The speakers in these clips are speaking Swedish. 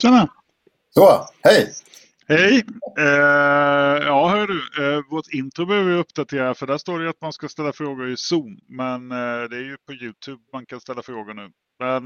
Tjena! Så, hej! Hej! Ja, hör du. Vårt intro behöver vi uppdatera, för där står det att man ska ställa frågor i Zoom. Men det är ju på YouTube man kan ställa frågor nu. Men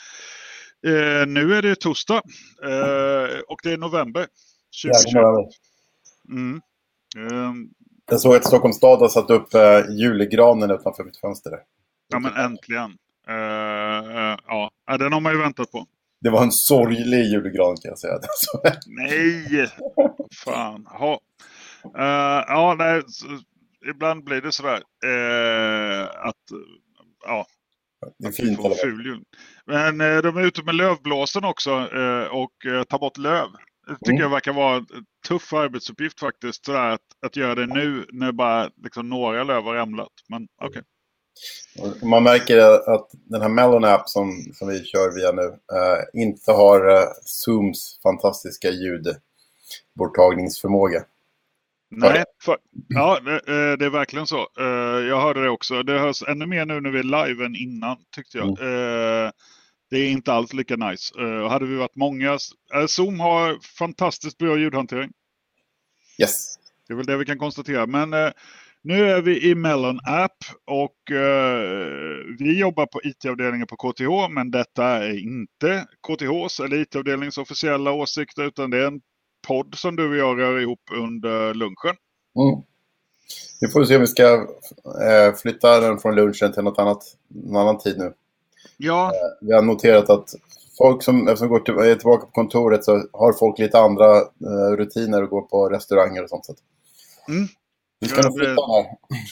nu är det torsdag och det är november 2021. Mm. Jag såg att Stockholms stad har satt upp julgranen utanför mitt fönster där. Ja, men äntligen. Ja, den har man ju väntat på. Det var en sorglig julgran, kan jag säga. Nej! Fan. Ja, nej. Ibland blir det sådär. Att ja. Det är fint. Får ful jul. Men de är ute med lövblåsen också och tar bort löv. Det tycker jag verkar vara en tuff arbetsuppgift faktiskt. Sådär, att göra det nu när bara liksom några löv har ramlat. Men okej. Man märker att den här Melon app som vi kör via nu inte har Zooms fantastiska ljudborttagningsförmåga. Nej, det är verkligen så. Jag hörde det också. Det hörs ännu mer nu när vi är live än innan, tyckte jag. Det är inte alls lika nice. Hade vi varit många... Zoom har fantastiskt bra ljudhantering. Yes. Det är väl det vi kan konstatera. Men nu är vi i Melon app och vi jobbar på IT-avdelningen på KTH. Men detta är inte KTHs eller IT-avdelningens officiella åsikter, utan det är en podd som du och jag rör ihop under lunchen. Vi får se om vi ska flytta den från lunchen till någon annan tid nu. Ja. Vi har noterat att folk som är tillbaka på kontoret, så har folk lite andra rutiner och går på restauranger och sånt. Vi ska nog flytta här.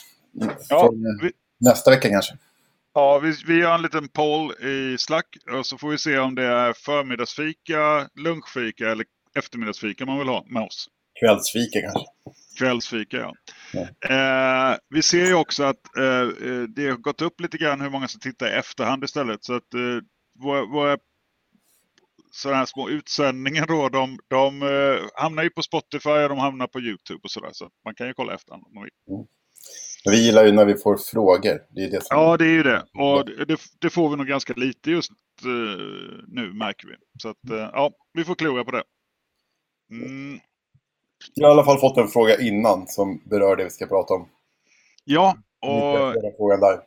Nästa vecka kanske. Ja, vi gör en liten poll i Slack och så får vi se om det är förmiddagsfika, lunchfika eller eftermiddagsfika man vill ha med oss. Kvällsfika kanske. Kvällsfika, ja. Vi ser ju också att det har gått upp lite grann hur många som tittar i efterhand istället. Så att våra sådana här små utsändningar då, de hamnar ju på Spotify och de hamnar på YouTube och sådär. Så man kan ju kolla efterhand om man vill. Vi gillar ju när vi får frågor. Det är det som... Ja, det är ju det. Och det får vi nog ganska lite just nu, märker vi. Så att ja, vi får klura på det. Jag har i alla fall fått en fråga innan som berör det vi ska prata om. Ja, och frågan där.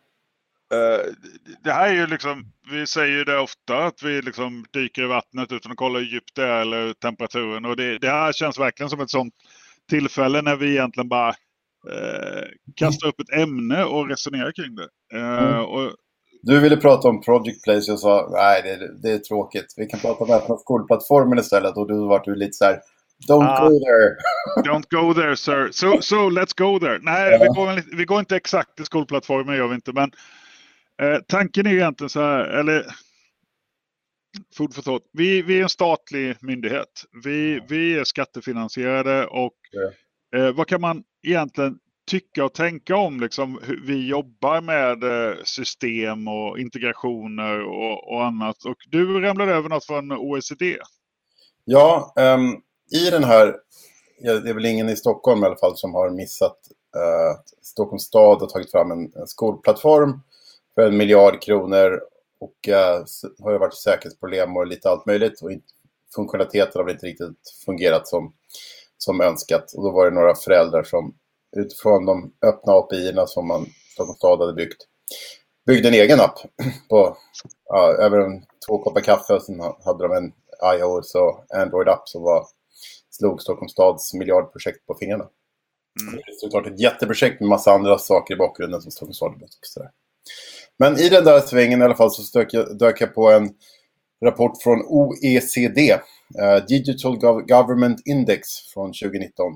Det här är ju liksom, vi säger ju det ofta att vi liksom dyker i vattnet utan att kolla hur djupt det är eller temperaturen. Och det här känns verkligen som ett sånt tillfälle när vi egentligen bara kastar upp ett ämne och resonerar kring det. Och du ville prata om Project Place och sa nej, det är tråkigt. Vi kan prata om öppna skolplattformen istället, och du var lite så här: don't go there. Don't go there, sir. So let's go there. Nej, vi går inte exakt till skolplattformen, gör vi inte. Men tanken är ju egentligen så här, eller food for thought. Vi är en statlig myndighet. Vi är skattefinansierade och vad kan man egentligen tycka och tänka om liksom, hur vi jobbar med system och integrationer och annat. Och du ramlade över något från OECD. Ja, i den här, det är väl ingen i Stockholm i alla fall som har missat Stockholms stad har tagit fram en skolplattform för 1 miljard kronor och har ju varit säkerhetsproblem och lite allt möjligt, och funktionaliteten har inte riktigt fungerat som önskat. Och då var det några föräldrar som utifrån de öppna API-erna som Stockholms stad hade byggde en egen app på över 2 koppar kaffe, och sen hade de en iOS och Android-app som slog Stockholms stads miljardprojekt på fingrarna. Det är såklart ett jätteprojekt med massa andra saker i bakgrunden som Stockholms stad har. Men i den där svängen i alla fall så dök jag på en rapport från OECD, Digital Government Index från 2019.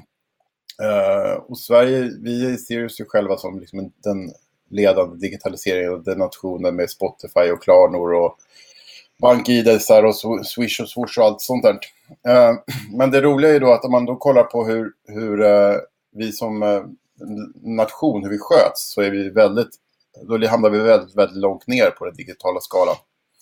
Och Sverige, vi ser oss ju själva som liksom den ledande digitaliseringen av den nationen med Spotify och Klarnor och BankID och Swish och Swoosh och allt sånt där. Men det roliga är då att om man då kollar på hur vi som nation, hur vi sköts, så är vi då hamnar vi väldigt, väldigt långt ner på den digitala skalan.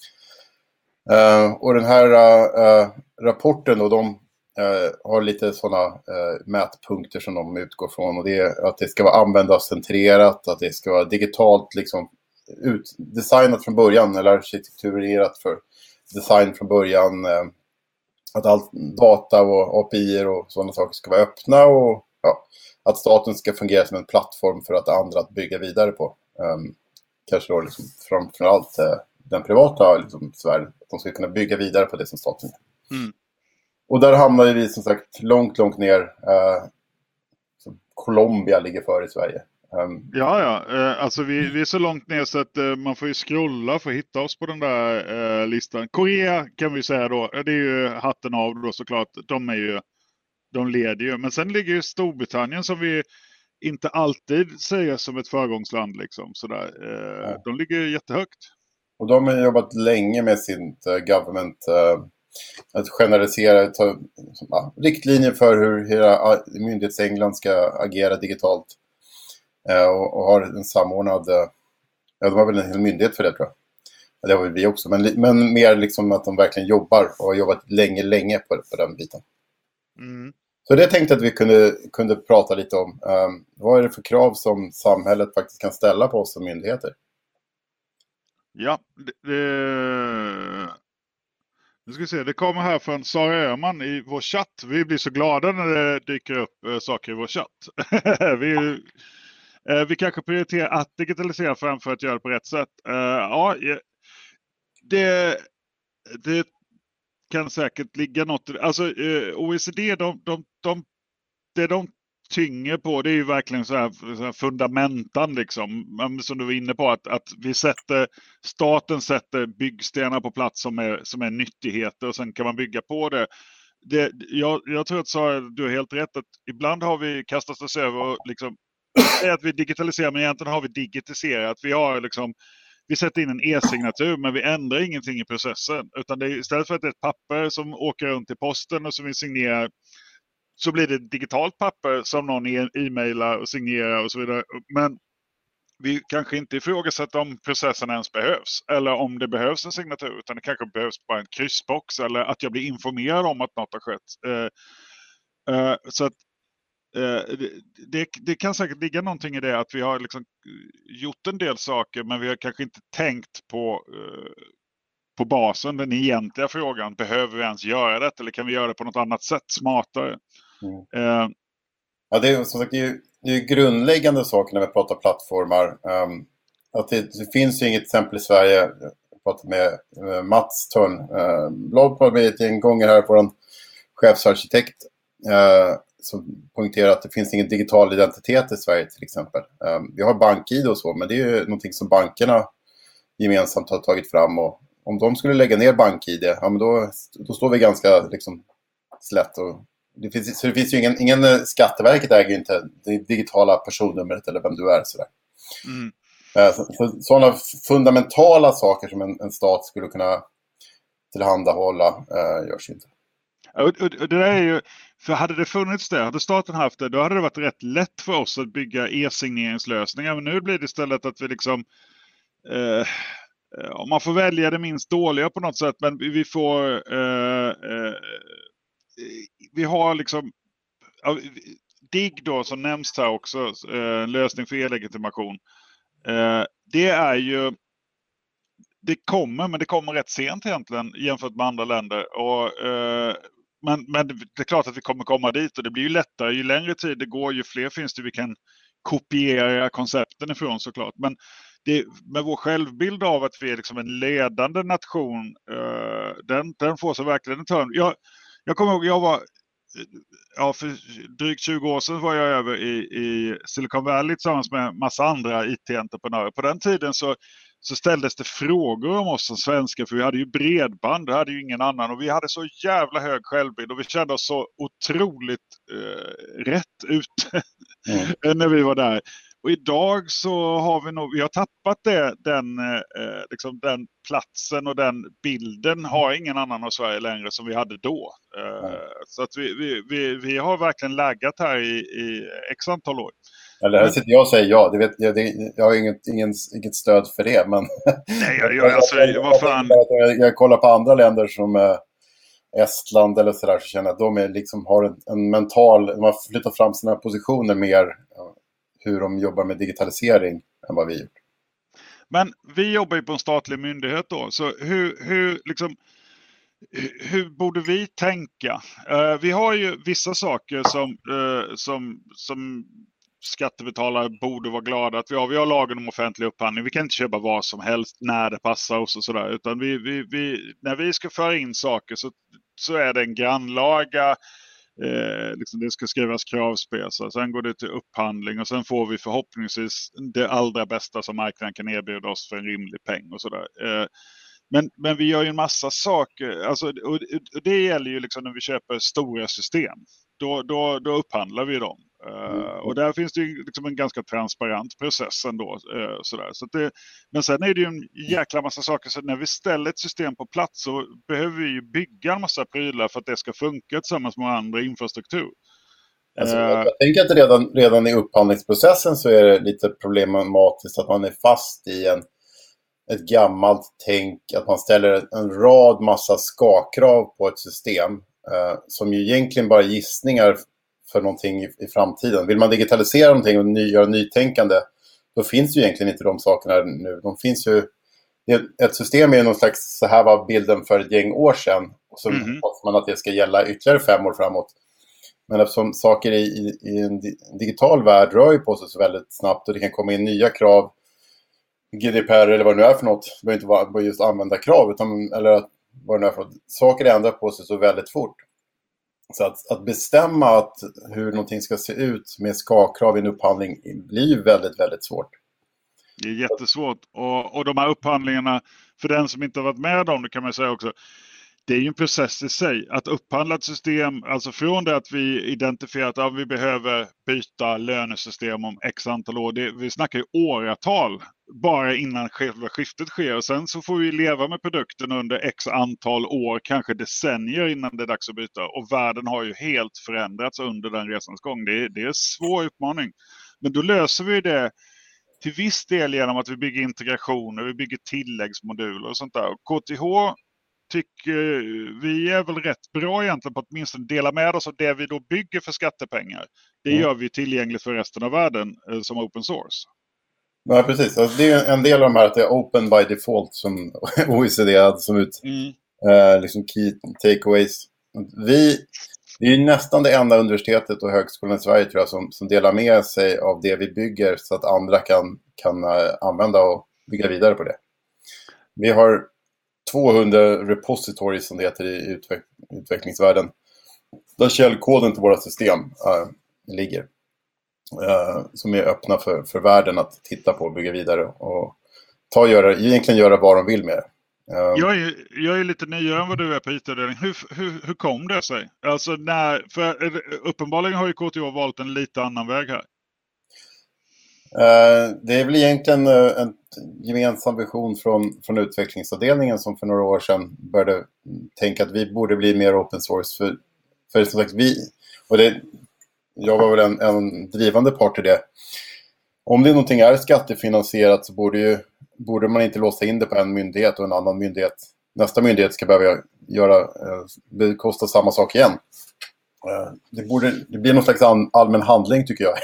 Och den här rapporten då, de har lite sådana mätpunkter som de utgår från, och det är att det ska vara användarcentrerat, att det ska vara digitalt liksom designat från början, eller arkitekturerat för design från början, att allt data och API och sådana saker ska vara öppna och att staten ska fungera som en plattform för att andra att bygga vidare på. Kanske då liksom framförallt den privata liksom, Sverige, att de ska kunna bygga vidare på det som staten gör. Och där hamnar vi som sagt långt ner. Colombia ligger före i Sverige. Alltså vi är så långt ner så att man får ju scrolla för att hitta oss på den där listan. Korea kan vi säga då, det är ju hatten av då såklart. De leder ju, men sen ligger ju Storbritannien som vi inte alltid säger som ett föregångsland liksom sådär. De ligger jättehögt. Och de har jobbat länge med sin government att generalisera riktlinjer för hur hela myndighets-England ska agera digitalt. Och har en samordnad, de har väl en hel myndighet för det tror jag. Det har väl vi också, men mer liksom att de verkligen jobbar och har jobbat länge på den biten. Så det tänkte jag att vi kunde prata lite om. Vad är det för krav som samhället faktiskt kan ställa på oss som myndigheter? Ja, nu ska vi se, det kommer här från Sara Öhman i vår chatt. Vi blir så glada när det dyker upp saker i vår chatt. Vi kanske prioriterar att digitalisera framför att göra det på rätt sätt. Det kan säkert ligga något. Alltså OECD, det de tynger på, det är ju verkligen så här fundamentan liksom. Som du var inne på, att staten sätter byggstenar på plats som är nyttigheter och sen kan man bygga på det. Jag tror att du har helt rätt att ibland har vi kastat oss över och liksom att vi digitaliserar, men egentligen har vi digitiserat. Vi sätter in en e-signatur, men vi ändrar ingenting i processen. Utan det är, istället för att det är ett papper som åker runt i posten och som vi signerar, så blir det ett digitalt papper som någon e-mailar och signerar och så vidare. Men vi kanske inte ifrågasätter om processen ens behövs. Eller om det behövs en signatur, utan det kanske behövs bara en kryssbox. Eller att jag blir informerad om att något har skett. Så att det kan säkert ligga någonting i det att vi har liksom gjort en del saker, men vi har kanske inte tänkt på basen, den egentliga frågan. Behöver vi ens göra det, eller kan vi göra det på något annat sätt, smartare? Ja, det är som sagt, det är grundläggande saker när vi pratar plattformar. Att det finns ju inget exempel i Sverige. Jag pratade med Mats Törnblad på ett gäng gånger här, på en chefsarkitekt, som poängterar att det finns ingen digital identitet i Sverige till exempel. Vi har BankID och så, men det är ju någonting som bankerna gemensamt har tagit fram, och om de skulle lägga ner BankID, ja, men då står vi ganska liksom slätt. Och det finns ju ingen Skatteverket äger ju inte det digitala personnumret eller vem du är sådär. Sådana fundamentala saker som en stat skulle kunna tillhandahålla görs inte. Och det där är ju, för hade det funnits det, hade staten haft det, då hade det varit rätt lätt för oss att bygga e-signeringslösningar. Men nu blir det istället att vi liksom om man får välja det minst dåliga på något sätt, men vi har liksom DIGG då som nämns här också, lösning för e-legitimation. Det är ju, men det kommer rätt sent egentligen jämfört med andra länder. Men det är klart att vi kommer komma dit, och det blir ju lättare ju längre tid det går, ju fler finns det vi kan kopiera koncepten ifrån såklart. Men med vår självbild av att vi är liksom en ledande nation, den får så verkligen en törn. Jag kommer ihåg, för drygt 20 år sedan var jag över i Silicon Valley tillsammans med en massa andra IT-entreprenörer. På den tiden så ställdes det frågor om oss som svenskar, för vi hade ju bredband, det hade ju ingen annan, och vi hade så jävla hög självbild och vi kände oss så otroligt rätt ut när vi var där. Och idag så har vi har tappat den platsen, och den bilden har ingen annan av Sverige längre som vi hade då. Så att vi har verkligen laggat här i x antal år. Eller här sitter jag och säger ja, jag har inget stöd för det, men nej, vad fan. Jag kollar på andra länder som Estland eller sådär, så känner jag att de är liksom har en mental, de har flyttat fram sina positioner mer hur de jobbar med digitalisering än vad vi gjort. Men vi jobbar ju på en statlig myndighet då, så hur liksom, hur borde vi tänka? Vi har ju vissa saker som skattebetalare borde vara glada att vi har. Vi har lagen om offentlig upphandling. Vi kan inte köpa vad som helst när det passar oss och sådär. Utan när vi ska föra in saker så är det en grannlaga. Liksom det ska skrivas kravspecier. Sen går det till upphandling och sen får vi förhoppningsvis det allra bästa som marknaden kan erbjuda oss för en rimlig peng och sådär. Men vi gör ju en massa saker. Alltså, och det gäller ju liksom när vi köper stora system. Då upphandlar vi dem. Och där finns det ju liksom en ganska transparent process ändå. Sådär. Men sen är det ju en jäkla massa saker. Så när vi ställer ett system på plats så behöver vi ju bygga en massa prylar för att det ska funka tillsammans med andra infrastruktur. Alltså, jag tänker att redan i upphandlingsprocessen så är det lite problematiskt att man är fast i ett gammalt tänk, att man ställer en rad massa ska-krav på ett system som ju egentligen bara gissningar för någonting i framtiden. Vill man digitalisera någonting och göra nytänkande, då finns ju egentligen inte de sakerna nu. De finns ju, ett system är någon slags, så här var bilden för ett gäng år sedan, och så hoppas man att det ska gälla ytterligare 5 år framåt. Men eftersom saker i en digital värld rör ju på sig så väldigt snabbt och det kan komma in nya krav, GDPR eller vad det nu är för något, det behöver inte vara just använda krav, eller vad det nu är för något. Saker ändrar på sig så väldigt fort. Så att bestämma hur någonting ska se ut med ska-krav i en upphandling blir väldigt, väldigt svårt. Det är jättesvårt. Och de här upphandlingarna, för den som inte har varit med om det kan man säga också, det är ju en process i sig. Att upphandla ett system, alltså från det att vi identifierat att vi behöver byta lönesystem om x antal år. Vi snackar ju åratal bara innan själva skiftet sker. Och sen så får vi leva med produkten under x antal år, kanske decennier innan det är dags att byta. Och världen har ju helt förändrats under den resans gång. Det är en svår utmaning. Men då löser vi det till viss del genom att vi bygger integrationer, vi bygger tilläggsmoduler och sånt där. Och KTH tycker vi är väl rätt bra egentligen på att åtminstone dela med oss av det vi då bygger för skattepengar. Det gör vi tillgängligt för resten av världen som open source. Ja, precis. Alltså, det är en del av de här att det är open by default som OECD hade som ut liksom key takeaways. Det är ju nästan det enda universitetet och högskolan i Sverige tror jag som delar med sig av det vi bygger så att andra kan använda och bygga vidare på det. Vi har 200 repositories som det heter i utvecklingsvärlden. Där källkoden till våra system ligger. Som är öppna för världen att titta på och bygga vidare. Och egentligen göra vad de vill med det. Jag är lite nyare än vad du är på IT-avdelning. Hur kom det sig? Alltså för uppenbarligen har ju KTH valt en lite annan väg här. Det är väl egentligen en gemensam vision från utvecklingsavdelningen som för några år sedan började tänka att vi borde bli mer open source. För som sagt, jag var väl en drivande part i det. Om det någonting är skattefinansierat så borde man inte låsa in det på en myndighet och en annan myndighet. Nästa myndighet ska behöva bekosta samma sak igen. Det blir någon slags allmän handling tycker jag.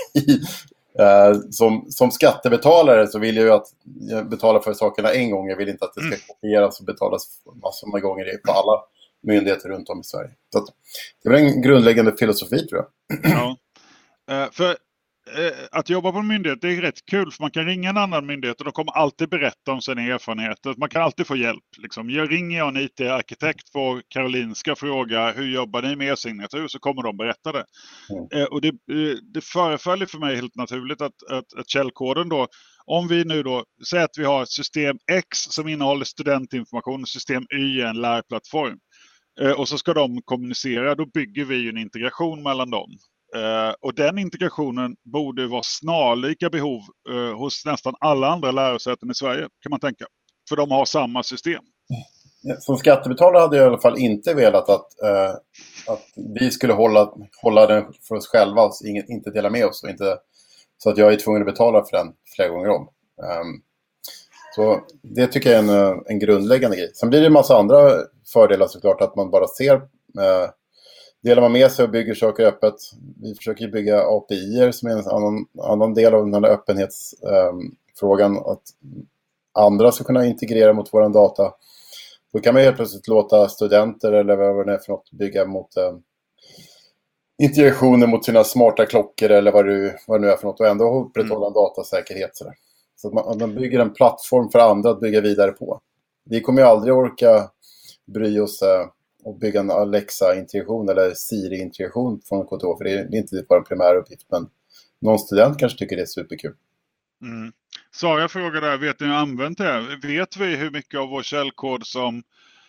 Som skattebetalare så vill jag ju att jag betalar för sakerna en gång. Jag vill inte att det ska kopieras och betalas massor med gånger på alla myndigheter runt om i Sverige. Så det är en grundläggande filosofi tror jag. Ja. För att jobba på en myndighet det är rätt kul för man kan ringa en annan myndighet och de kommer alltid berätta om sina erfarenheter. Man kan alltid få hjälp. Liksom. Ringer jag en IT-arkitekt på Karolinska fråga hur jobbar ni med e-signatur så kommer de berätta det. Och det förefaller för mig helt naturligt att källkoden då, om vi nu då säger att vi har system X som innehåller studentinformation och system Y är en lärplattform. Och så ska de kommunicera, då bygger vi ju en integration mellan dem. Och den integrationen borde vara snarlika behov hos nästan alla andra lärosäten i Sverige kan man tänka. För de har samma system. Som skattebetalare hade jag i alla fall inte velat att vi skulle hålla den för oss själva och inte dela med oss. Och inte, så att jag är tvungen att betala för den flera gånger om. Så det tycker jag är en grundläggande grej. Sen blir det en massa andra fördelar såklart att man bara ser... Delar man med sig och bygger saker öppet. Vi försöker bygga API-er som är en annan del av den här öppenhetsfrågan. Att andra ska kunna integrera mot vår data. Då kan man helt plötsligt låta studenter eller vad det är för något bygga mot integrationer mot sina smarta klockor eller vad det nu är för något och ändå upprätthålla en datasäkerhet. Så att man bygger en plattform för andra att bygga vidare på. Vi kommer ju aldrig orka bry oss och bygga en Alexa-integration eller Siri-integration från KTH, för det är inte vår primära uppgift, men någon student kanske tycker det är superkul. Sara frågar där, vet ni hur använt det är? Vet vi hur mycket av vår källkod som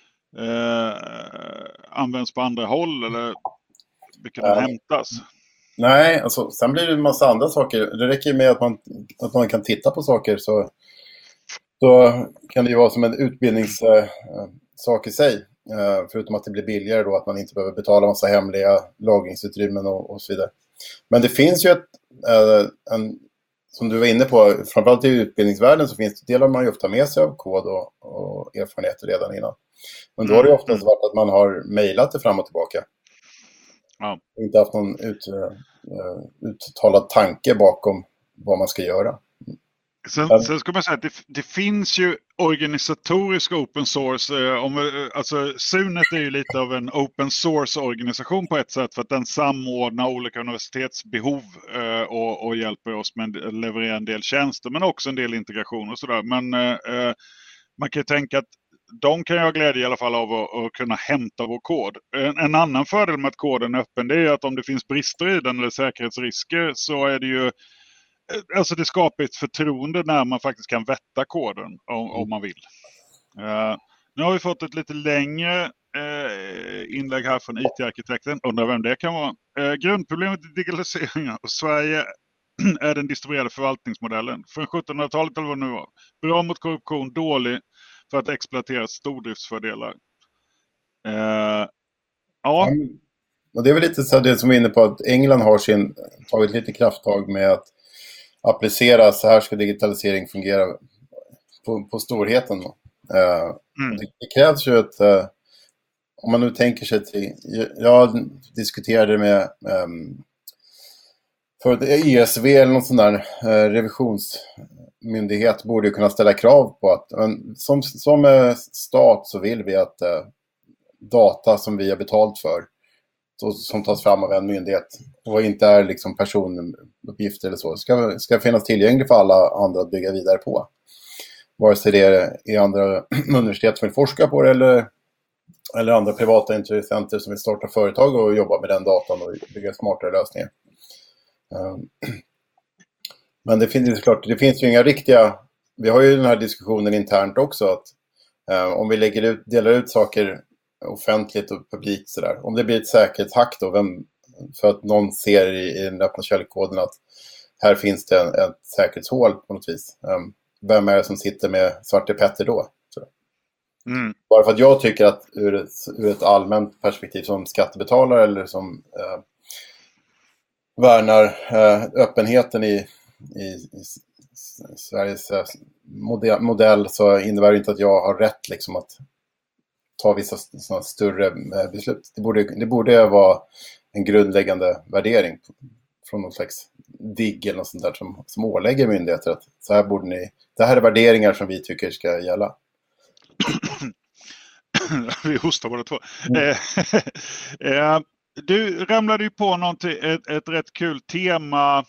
används på andra håll eller vilket den hämtas? Nej, alltså, sen blir det en massa andra saker. Det räcker ju med att man kan titta på saker, så då kan det ju vara som en utbildningssak i sig. Förutom att det blir billigare då, att man inte behöver betala massa hemliga lagringsutrymmen och så vidare. Men det finns ju som du var inne på, framförallt i utbildningsvärlden så finns det delar man ju ofta med sig av kod och erfarenheter redan innan. Men då har det oftast varit att man har mejlat det fram och tillbaka. Ja. Inte haft någon uttalad tanke bakom vad man ska göra. Sen ska man säga att det finns ju organisatorisk open source. Alltså Sunet är ju lite av en open source organisation på ett sätt, för att den samordnar olika universitetsbehov och hjälper oss med att leverera en del tjänster, men också en del integration och sådär. Men man kan ju tänka att de kan ju ha glädje i alla fall av att kunna hämta vår kod. En annan fördel med att koden är öppen, det är att om det finns brister i den eller säkerhetsrisker, så är det ju, alltså det skapar ett förtroende när man faktiskt kan vätta koden om man vill. Nu har vi fått ett lite längre inlägg här från IT-arkitekten. Undrar vem det kan vara. Grundproblemet i digitaliseringen och Sverige är den distribuerade förvaltningsmodellen. Från 1700-talet eller vad det nu var. Bra mot korruption, dålig för att exploatera stordriftsfördelar. Ja. Och det är väl lite så det som är inne på att England har tagit lite krafttag med att applicera, så här ska digitalisering fungera på storheten. Det krävs ju om man nu tänker sig till, jag diskuterade med för ESV eller någon sån där revisionsmyndighet borde ju kunna ställa krav på att som stat så vill vi att data som vi har betalt för, som tas fram av en myndighet och inte är liksom personuppgifter eller så, ska finnas tillgänglig för alla andra att bygga vidare på. Vare sig det är andra universitet som vill forska på det eller andra privata intressenter som vill starta företag och jobba med den datan och bygga smartare lösningar. Men det finns ju inga riktiga, vi har ju den här diskussionen internt också, att om vi delar ut saker offentligt och publikt sådär, om det blir ett säkerhetshack då, för att någon ser i den öppna källkoden att här finns det ett säkerhetshål på något vis, vem är det som sitter med Svarte Petter då? Bara för att jag tycker att ur ett allmänt perspektiv som skattebetalare eller som värnar öppenheten i Sveriges modell, så innebär det inte att jag har rätt liksom att ta vissa sådana större beslut. Det borde vara en grundläggande värdering från någon slags digg eller något sånt där som ålägger myndigheter att så här borde ni, det här är värderingar som vi tycker ska gälla. Vi hostar båda två. Du ramlade ju på någonting, ett rätt kul tema.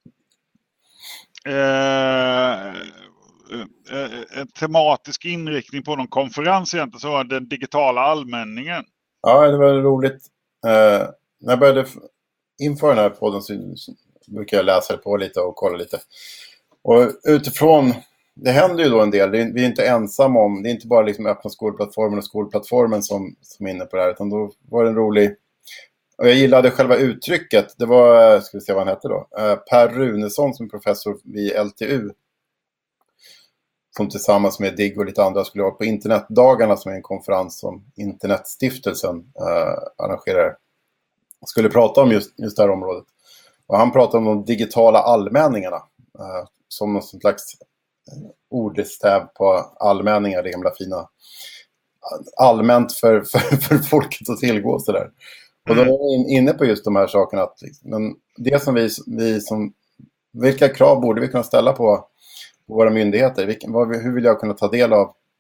En tematisk inriktning på någon konferens egentligen, så var den digitala allmänningen. Ja, det var roligt. När jag började inför den här podden så brukar jag läsa det på lite och kolla lite. Och utifrån, det händer ju då en del. Vi är inte ensamma om, det är inte bara liksom öppna skolplattformen som är inne på det här, utan då var det en rolig. Och jag gillade själva uttrycket. Det var, ska vi se vad han hette då, Per Runesson som är professor vid LTU. Som tillsammans med DIGG och lite andra skulle vara på internetdagarna, som är en konferens som Internetstiftelsen arrangerar. Skulle prata om just det här området. Och han pratade om de digitala allmänningarna. Som någon slags ordstäv på allmänningar, det gamla fina. Allmänt för folket att tillgå och sådär. Och då är vi inne på just de här sakerna. Att, men det som vi som, vilka krav borde vi kunna ställa på våra myndigheter? Hur vill jag kunna ta del av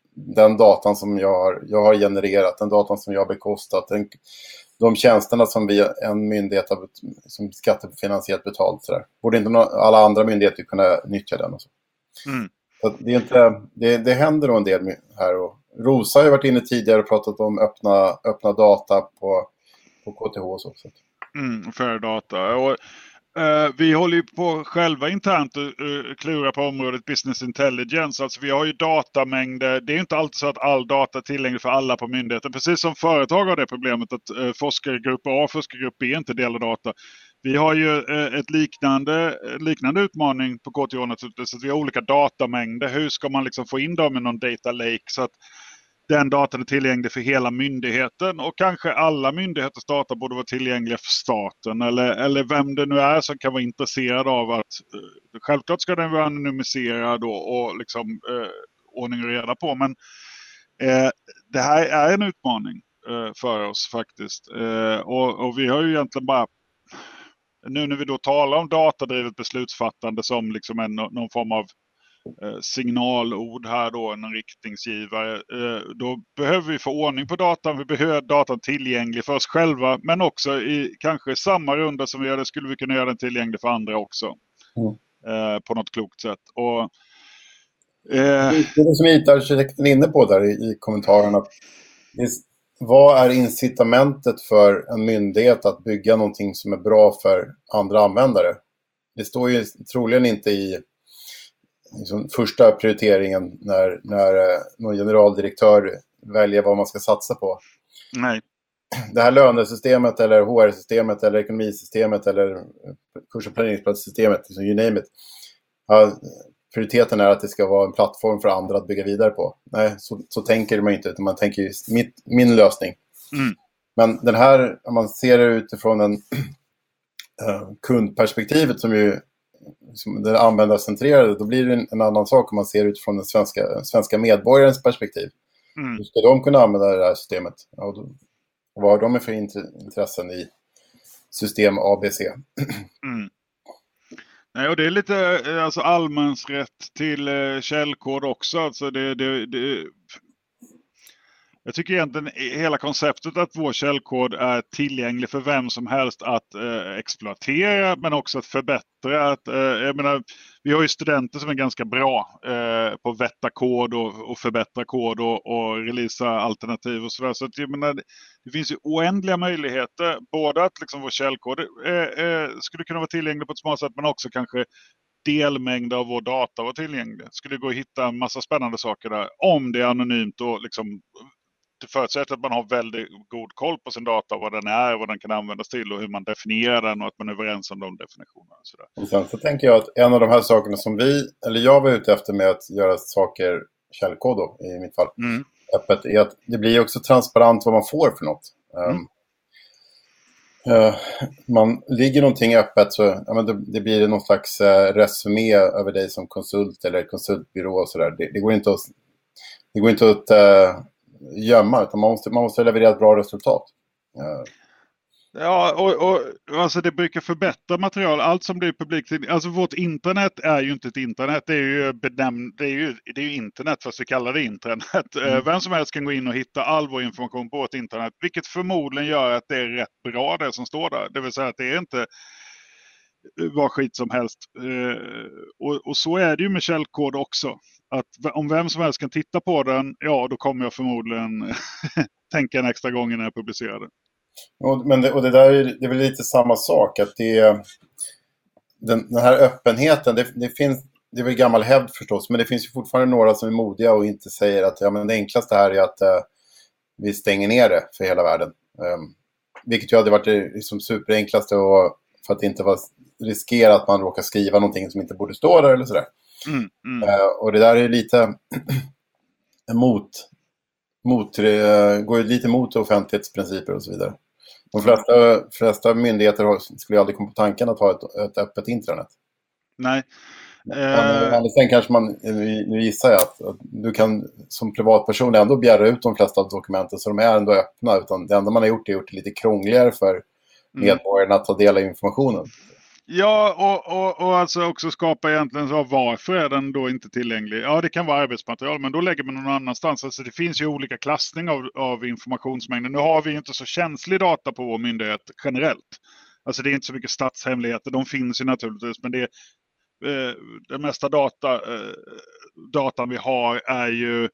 den datan som jag har genererat, den datan som jag har bekostat, de tjänsterna som en myndighet har som skattefinansierat betalt. Så där. Borde inte alla andra myndigheter kunna nyttja den? Och så. Så det, är inte, det händer nog en del här. Och Rosa har ju varit inne tidigare och pratat om öppna data på KTH och så. För data. Och, vi håller ju på själva internt och klura på området business intelligence. Alltså vi har ju datamängder. Det är ju inte alltid så att all data är tillgänglig för alla på myndigheten. Precis som företag har det problemet att forskargrupp A och forskargrupp B inte delar data. Vi har ju ett liknande utmaning på KTH naturligtvis. Att vi har olika datamängder. Hur ska man liksom få in dem i någon data lake så att den datan är tillgänglig för hela myndigheten, och kanske alla myndigheters data borde vara tillgängliga för staten eller vem det nu är som kan vara intresserad av att självklart ska den vara anonymiserad och liksom ordning och reda på, men det här är en utmaning för oss faktiskt, och vi har ju egentligen bara nu när vi då talar om datadrivet beslutsfattande som liksom någon form av signalord här då, en riktningsgivare, då behöver vi få ordning på datan, vi behöver datan tillgänglig för oss själva, men också i kanske samma runda som vi gör det skulle vi kunna göra den tillgänglig för andra också på något klokt sätt. Och det som IT-arkitekten är inne på där i kommentarerna, vad är incitamentet för en myndighet att bygga någonting som är bra för andra användare? Det står ju troligen inte i liksom första prioriteringen när någon generaldirektör väljer vad man ska satsa på. Nej. Det här lönesystemet eller HR-systemet eller ekonomisystemet eller kurs- och planeringsplatssystemet, liksom you name it. Prioriteten är att det ska vara en plattform för andra att bygga vidare på. Nej, så tänker man inte, utan man tänker just min lösning. Men den här, om man ser det utifrån en kundperspektivet som ju det användarcentrerade, då blir det en annan sak om man ser utifrån den svenska medborgarens perspektiv. Hur ska de kunna använda det här systemet? Ja, vad har de för intressen i system ABC? Nej, och det är lite alltså allemansrätt till källkod också. Alltså jag tycker egentligen hela konceptet att vår källkod är tillgänglig för vem som helst att exploatera, men också att förbättra. Jag menar, vi har ju studenter som är ganska bra på att vätta kod och förbättra kod och releasa alternativ och sådär. Så att, jag menar, det finns ju oändliga möjligheter. Både att liksom vår källkod skulle kunna vara tillgänglig på ett smart sätt, men också kanske delmängder av vår data var tillgänglig. Skulle gå att hitta en massa spännande saker där om det är anonymt och liksom det förutsätter att man har väldigt god koll på sin data, vad den är, vad den kan användas till och hur man definierar den och att man är överens om de definitionerna. Och sådär. Och sen så tänker jag att en av de här sakerna som jag var ute efter med att göra saker källkod då, i mitt fall, öppet, är att det blir också transparent vad man får för något. Man ligger någonting öppet så det blir någon slags resumé över dig som konsult eller konsultbyrå och sådär. Det går inte att gömma, utan man måste leverera ett bra resultat. Ja, och alltså det brukar förbättra material. Allt som blir publikt. Alltså vårt internet är ju inte ett internet. Det är ju internet, fast vi kallar det internet. Vem som helst kan gå in och hitta all vår information på ett internet. Vilket förmodligen gör att det är rätt bra det som står där. Det vill säga att det är inte vad skit som helst. Och så är det ju med källkod också. Att om vem som helst kan titta på den, ja då kommer jag förmodligen tänka en extra gång innan jag publicerar den. Det där är väl lite samma sak, att den här öppenheten, det är väl gammal hävd förstås, men det finns ju fortfarande några som är modiga och inte säger att det enklaste här är att vi stänger ner det för hela världen. Vilket ju hade varit liksom superenklaste, och för att inte riskera att man råkar skriva någonting som inte borde stå där eller sådär. Och det där är lite går ju lite mot offentlighetsprinciper och så vidare. De flesta myndigheter skulle aldrig komma på tanken att ha ett öppet internet. Nej. Sen kanske nu gissar jag att du kan som privatperson ändå begära ut de flesta av dokumenten, så de är ändå öppna, utan det enda man har gjort är gjort det lite krångligare för medborgarna att ta del av informationen. Ja, och alltså också skapa egentligen så varför är den då inte tillgänglig? Ja, det kan vara arbetsmaterial, men då lägger man någon annanstans. Alltså det finns ju olika klassning av informationsmängder. Nu har vi ju inte så känslig data på vår myndighet generellt. Alltså det är inte så mycket statshemligheter, de finns ju naturligtvis, men den mesta datan vi har är ju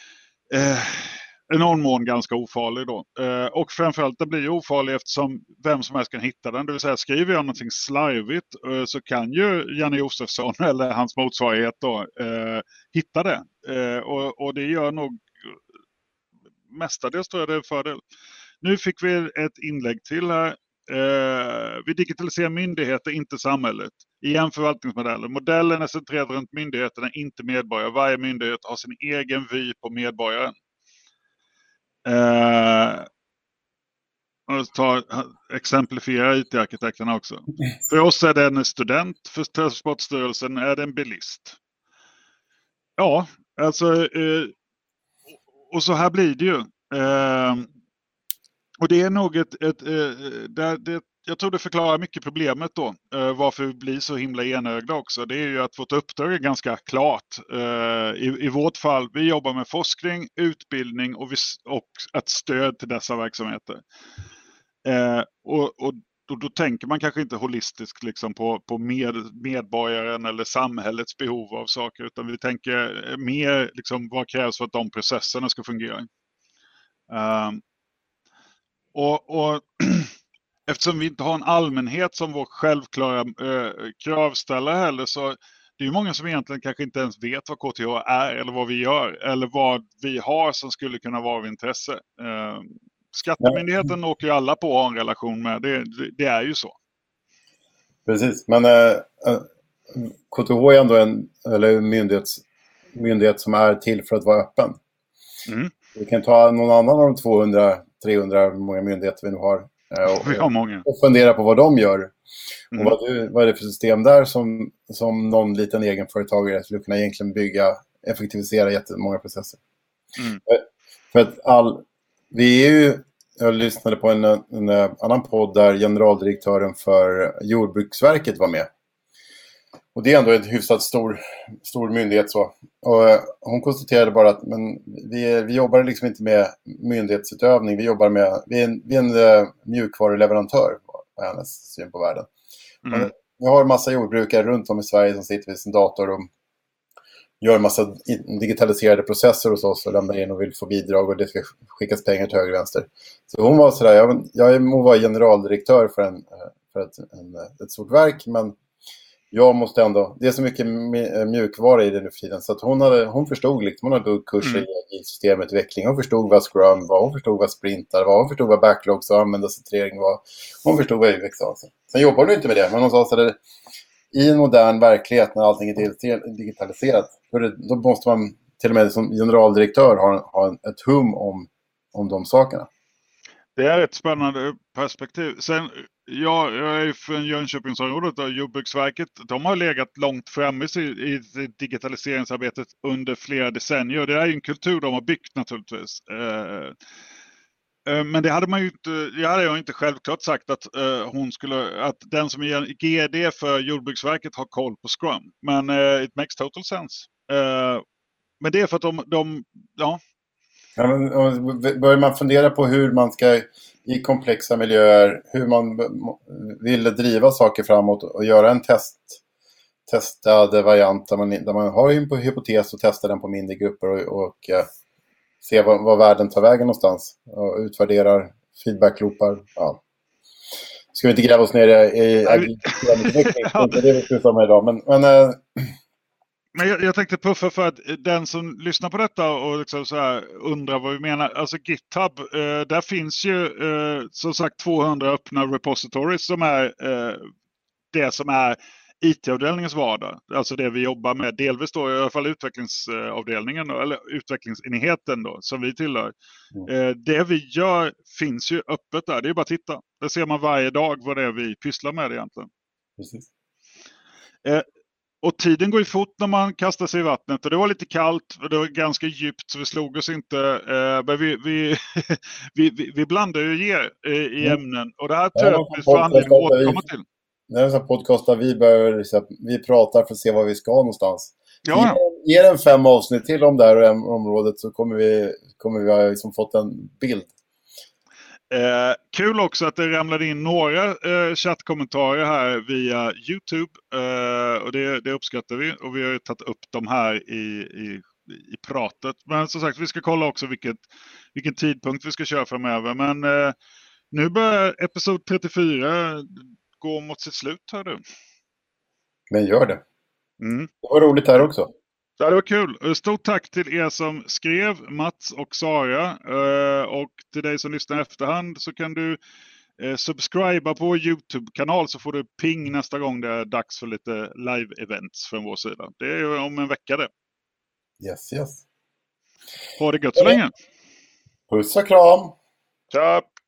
i någon mån ganska ofarlig då. Och framförallt det blir ju ofarlig eftersom vem som helst kan hitta den. Det vill säga skriver jag någonting slarvigt så kan ju Janne Josefsson eller hans motsvarighet då hitta det. Och det gör nog mestadels, tror jag det är en fördel. Nu fick vi ett inlägg till här. Vi digitaliserar myndigheter, inte samhället. Igen förvaltningsmodeller. Modellen är centrerad runt myndigheterna, inte medborgare. Varje myndighet har sin egen vy på medborgaren. Exemplifiera IT-arkitekterna också. För oss är det en student, för Transportstyrelsen är det en bilist. Ja, alltså och så här blir det ju. Och det är nog jag tror det förklarar mycket problemet då. Varför vi blir så himla enögda också. Det är ju att vårt uppdrag är ganska klart. I vårt fall, vi jobbar med forskning, utbildning och ett stöd till dessa verksamheter. Och då tänker man kanske inte holistiskt liksom på medborgaren eller samhällets behov av saker. Utan vi tänker mer liksom, vad krävs för att de processerna ska fungera. Och eftersom vi inte har en allmänhet som vår självklara kravställare heller, så det är ju många som egentligen kanske inte ens vet vad KTH är eller vad vi gör eller vad vi har som skulle kunna vara av intresse. Skattemyndigheten åker ju alla på att ha en relation med. Det är ju så. Precis, men KTH är ändå en myndighet som är till för att vara öppen. Vi kan ta någon annan av de 200-300 många myndigheter vi nu har. Och fundera på vad de gör. Och vad är det för system där som någon liten egenföretagare skulle kunna egentligen effektivisera jättemånga processer. För att jag lyssnade på en annan podd där generaldirektören för Jordbruksverket var med. Och det är ändå en hyfsat stor myndighet så. Och hon konstaterade bara att vi jobbar liksom inte med myndighetsutövning. Vi är en mjukvaruleverantör, var hennes syn på världen. Vi har en massa jordbrukare runt om i Sverige som sitter vid sin dator och gör en massa digitaliserade processer hos oss och lämnar in och vill få bidrag och det ska skickas pengar till höger och vänster. Så hon var sådär, jag må vara generaldirektör för ett stort verk, men jag måste ändå, det är så mycket mjukvara i det nu för tiden, så att hon förstod liksom, hon hade kurser i systemutveckling, hon förstod vad Scrum var, hon förstod vad sprintar var, hon förstod vad backlogs och användarcentrering var, hon förstod vad UX var. Sen jobbar hon inte med det, men hon sa så där, i en modern verklighet när allting är digitaliserat, då måste man till och med som generaldirektör ha ett hum om de sakerna. Det är ett spännande perspektiv. Sen, jag är ju från Jönköpingsområdet och Jordbruksverket, de har legat långt framme i digitaliseringsarbetet under flera decennier. Det är ju en kultur de har byggt naturligtvis. Men det hade jag inte självklart sagt att att den som är GD för Jordbruksverket har koll på Scrum. Men it makes total sense. Men det är för att Ja, men börjar man fundera på hur man ska i komplexa miljöer, hur man vill driva saker framåt och göra en testad variant där man har en hypotes och testar den på mindre grupper och se vad världen tar vägen någonstans och utvärderar feedbackloopar. Ja. Ska vi inte gräva oss ner i agilitetsutveckling? Det är det vi pratar om idag. Men jag tänkte puffa för att den som lyssnar på detta och liksom så här undrar vad vi menar. Alltså GitHub, där finns ju som sagt 200 öppna repositories som är det som är IT-avdelningens vardag. Alltså det vi jobbar med, delvis då i alla fall utvecklingsavdelningen då, eller utvecklingsenheten då, som vi tillhör. Det vi gör finns ju öppet där, det är bara att titta. Där ser man varje dag vad det är vi pysslar med egentligen. Precis. Och tiden går ju fort när man kastar sig i vattnet. Och det var lite kallt och det var ganska djupt så vi slog oss inte. Men vi blandar ju i ämnen. Och det här tror jag vi får anledning att återkomma till. Det är en sån här podcast där vi pratar för att se var vi ska någonstans. Ja. Ge en 5 avsnitt till om det här området så kommer vi ha liksom fått en bild. Kul också att det ramlade in några chattkommentarer här via YouTube. Och det uppskattar vi. Och vi har ju tagit upp dem här i pratet. Men som sagt, vi ska kolla också vilken tidpunkt vi ska köra framöver. Men nu börjar episod 34 gå mot sitt slut, hör du. Men gör det. Mm. Det var roligt här också. Ja, det var kul. Stort tack till er som skrev, Mats och Sara. Och till dig som lyssnar i efterhand så kan du subscriba på vår YouTube-kanal så får du ping nästa gång det är dags för lite live-events från vår sida. Det är ju om en vecka det. Yes. Ha det gött så länge. Puss och kram. Tja!